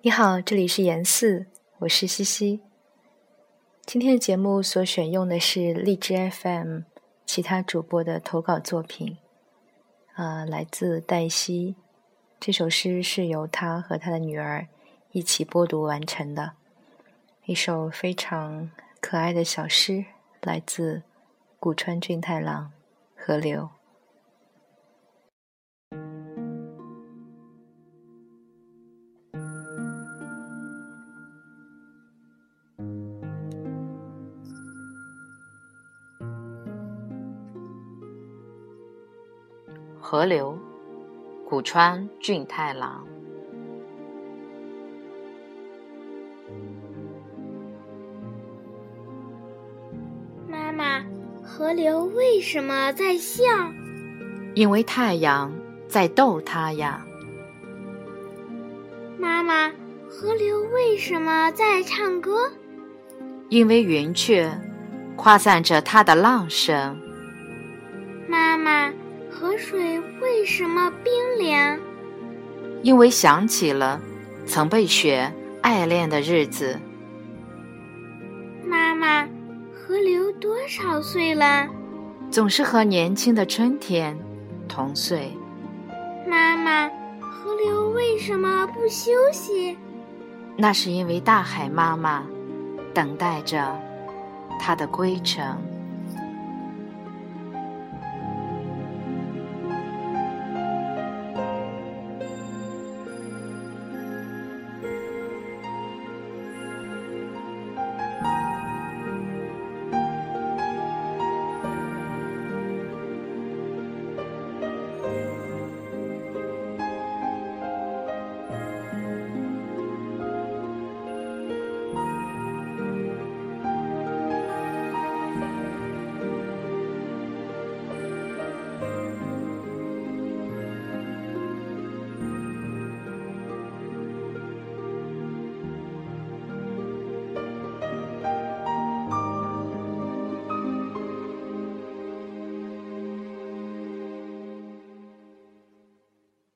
你好，这里是言4，我是西西。今天的节目所选用的是荔枝 FM 其他主播的投稿作品，来自黛西。这首诗是由他和他的女儿一起播读完成的，一首非常可爱的小诗，来自古川俊太郎《河流》。 河流，古川俊太郎。 妈妈，河流为什么在笑？ 因为太阳在逗它呀。 妈妈，河流为什么在唱歌？ 因为云雀夸赞着它的浪声。 妈妈，河水为什么冰凉？ 因为想起了曾被雪爱恋的日子。 妈妈，河流多少岁了？ 总是和年轻的春天同岁。 妈妈，河流为什么不休息？ 那是因为大海妈妈等待着它的归程。